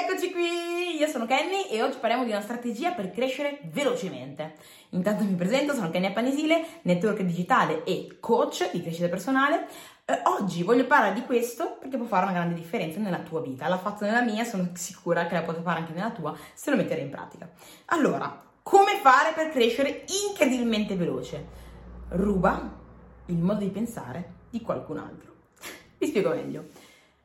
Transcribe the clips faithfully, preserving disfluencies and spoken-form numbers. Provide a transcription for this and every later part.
Eccoci qui, io sono Kenny e oggi parliamo di una strategia per crescere velocemente. Intanto mi presento, sono Kenny Appanisile, network digitale e coach di crescita personale. Eh, oggi voglio parlare di questo perché può fare una grande differenza nella tua vita. L'ha fatto nella mia, sono sicura che la potrà fare anche nella tua se lo mettere in pratica. Allora, come fare per crescere incredibilmente veloce? Ruba il modo di pensare di qualcun altro. Vi spiego meglio.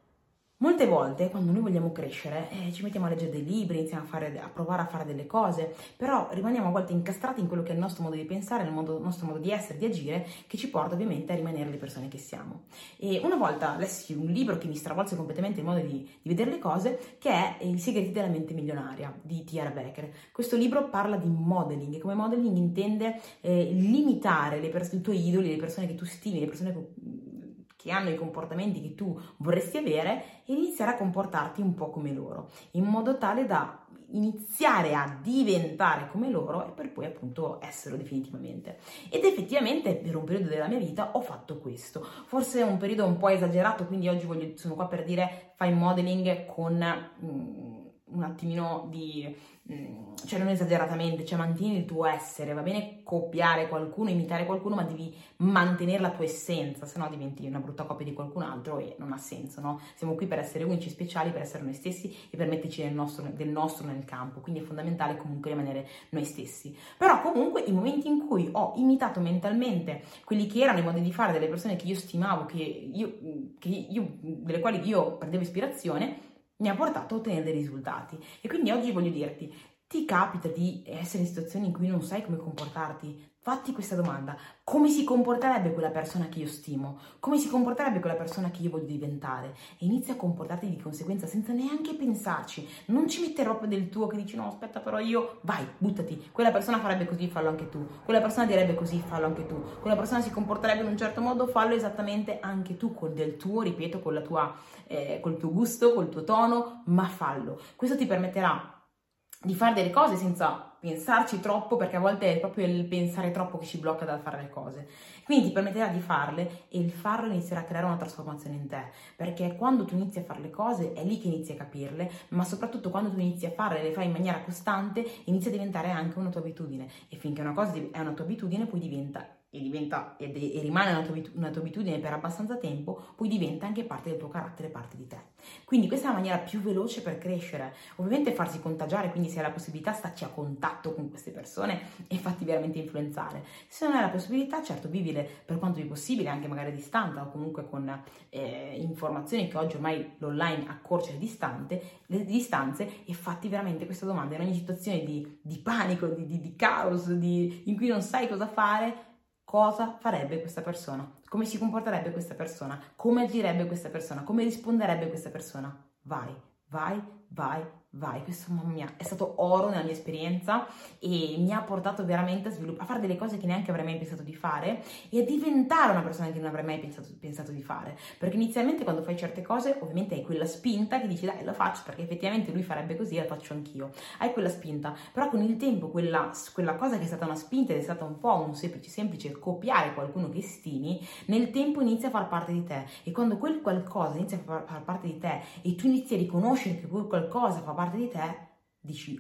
Molte volte quando noi vogliamo crescere eh, ci mettiamo a leggere dei libri, iniziamo a, fare, a provare a fare delle cose, però rimaniamo a volte incastrati in quello che è il nostro modo di pensare, il, modo, il nostro modo di essere, di agire, che ci porta ovviamente a rimanere le persone che siamo. E una volta lessi un libro che mi stravolse completamente il modo di, di vedere le cose, che è I segreti della mente milionaria di T R Becker. Questo libro parla di modeling e come modeling intende eh, limitare le pers- i tuoi idoli, le persone che tu stimi, le persone che che hanno i comportamenti che tu vorresti avere e iniziare a comportarti un po' come loro, in modo tale da iniziare a diventare come loro e per poi appunto esserlo definitivamente. Ed effettivamente per un periodo della mia vita ho fatto questo, forse un periodo un po' esagerato, quindi oggi voglio, sono qua per dire fai modeling con mm, un attimino di, cioè non esageratamente, cioè mantieni il tuo essere, va bene copiare qualcuno, imitare qualcuno, ma devi mantenere la tua essenza, se no diventi una brutta copia di qualcun altro e non ha senso, no? Siamo qui per essere unici, speciali, per essere noi stessi e per metterci nel nostro, del nostro nel campo, quindi è fondamentale comunque rimanere noi stessi. Però comunque i momenti in cui ho imitato mentalmente quelli che erano i modi di fare delle persone che io stimavo, che io, che io, delle quali io prendevo ispirazione, mi ha portato a ottenere dei risultati. E quindi oggi voglio dirti, ti capita di essere in situazioni in cui non sai come comportarti? Fatti questa domanda: come si comporterebbe quella persona che io stimo? Come si comporterebbe quella persona che io voglio diventare? E inizia a comportarti di conseguenza senza neanche pensarci. Non ci mettere proprio del tuo che dici no aspetta però io, vai, buttati, quella persona farebbe così, fallo anche tu, quella persona direbbe così, fallo anche tu, quella persona si comporterebbe in un certo modo, fallo esattamente anche tu, con del tuo, ripeto, con la tua, eh, col tuo gusto, col tuo tono, ma fallo. Questo ti permetterà di fare delle cose senza pensarci troppo, perché a volte è proprio il pensare troppo che ci blocca dal fare le cose. Quindi ti permetterà di farle e il farlo inizierà a creare una trasformazione in te, perché quando tu inizi a fare le cose è lì che inizi a capirle, ma soprattutto quando tu inizi a farle e le fai in maniera costante inizia a diventare anche una tua abitudine, e finché una cosa è una tua abitudine poi diventa e diventa ed e rimane una tua, una tua abitudine per abbastanza tempo, poi diventa anche parte del tuo carattere, parte di te. Quindi questa è la maniera più veloce per crescere. Ovviamente farsi contagiare, quindi se hai la possibilità stacci a contatto con queste persone e fatti veramente influenzare. Se non hai la possibilità, certo vivile per quanto è possibile, anche magari a distanza o comunque con eh, informazioni che oggi ormai l'online accorcia le, distante, le distanze, e fatti veramente questa domanda in ogni situazione di, di panico, di, di, di caos, di, in cui non sai cosa fare. Cosa farebbe questa persona? Come si comporterebbe questa persona? Come agirebbe questa persona? Come risponderebbe questa persona? Vai, vai, vai, vai. Questo, mamma mia, è stato oro nella mia esperienza e mi ha portato veramente a sviluppare, a fare delle cose che neanche avrei mai pensato di fare e a diventare una persona che non avrei mai pensato, pensato di fare. Perché inizialmente quando fai certe cose ovviamente hai quella spinta che dici dai, lo faccio perché effettivamente lui farebbe così, la faccio anch'io. Hai quella spinta, però con il tempo quella, quella cosa che è stata una spinta ed è stata un po' un semplice, semplice copiare qualcuno che stimi, nel tempo inizia a far parte di te, e quando quel qualcosa inizia a far, far parte di te e tu inizi a riconoscere che quel qualcosa fa parte di te, dici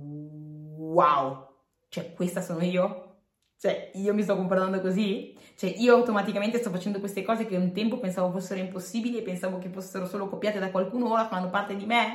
wow, cioè questa sono io? Cioè io mi sto comportando così? Cioè io automaticamente sto facendo queste cose che un tempo pensavo fossero impossibili e pensavo che fossero solo copiate da qualcuno, ora fanno parte di me?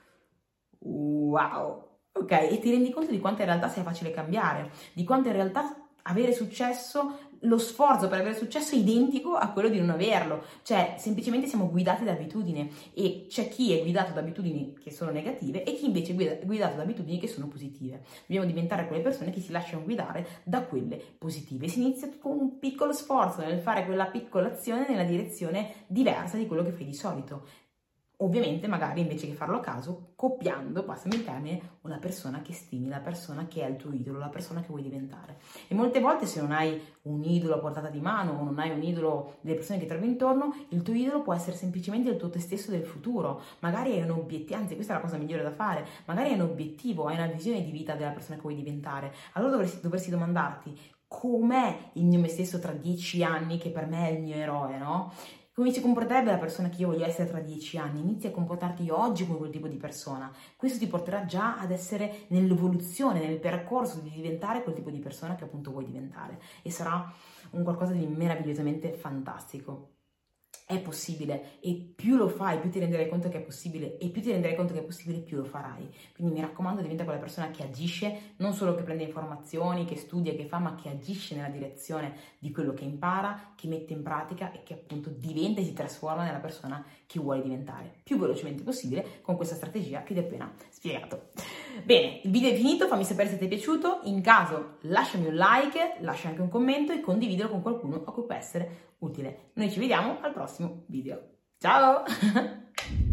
Wow! Ok, e ti rendi conto di quanto in realtà sia facile cambiare, di quanto in realtà avere successo, lo sforzo per avere successo è identico a quello di non averlo, cioè semplicemente siamo guidati da abitudine, e c'è chi è guidato da abitudini che sono negative e chi invece è guidato da abitudini che sono positive. Dobbiamo diventare quelle persone che si lasciano guidare da quelle positive. Si inizia con un piccolo sforzo nel fare quella piccola azione nella direzione diversa di quello che fai di solito. Ovviamente magari invece che farlo a caso, copiando, passami il termine, una persona che stimi, la persona che è il tuo idolo, la persona che vuoi diventare. E molte volte se non hai un idolo a portata di mano o non hai un idolo delle persone che trovi intorno, il tuo idolo può essere semplicemente il tuo te stesso del futuro. Magari hai un obiettivo, anzi questa è la cosa migliore da fare, magari hai un obiettivo, hai una visione di vita della persona che vuoi diventare. Allora dovresti, dovresti domandarti: com'è il mio me stesso tra dieci anni che per me è il mio eroe, no? Come si comporterebbe la persona che io voglio essere tra dieci anni? Inizi a comportarti oggi come quel tipo di persona. Questo ti porterà già ad essere nell'evoluzione, nel percorso di diventare quel tipo di persona che appunto vuoi diventare. E sarà un qualcosa di meravigliosamente fantastico. È possibile, e più lo fai, più ti renderai conto che è possibile, e più ti renderai conto che è possibile, più lo farai. Quindi mi raccomando, diventa quella persona che agisce, non solo che prende informazioni, che studia, che fa, ma che agisce nella direzione di quello che impara, che mette in pratica e che appunto diventa e si trasforma nella persona che vuole diventare, più velocemente possibile con questa strategia che ti ho appena spiegato. Bene, il video è finito, fammi sapere se ti è piaciuto, in caso lasciami un like, lascia anche un commento e condividilo con qualcuno a cui può essere utile. Noi ci vediamo al prossimo video. Ciao!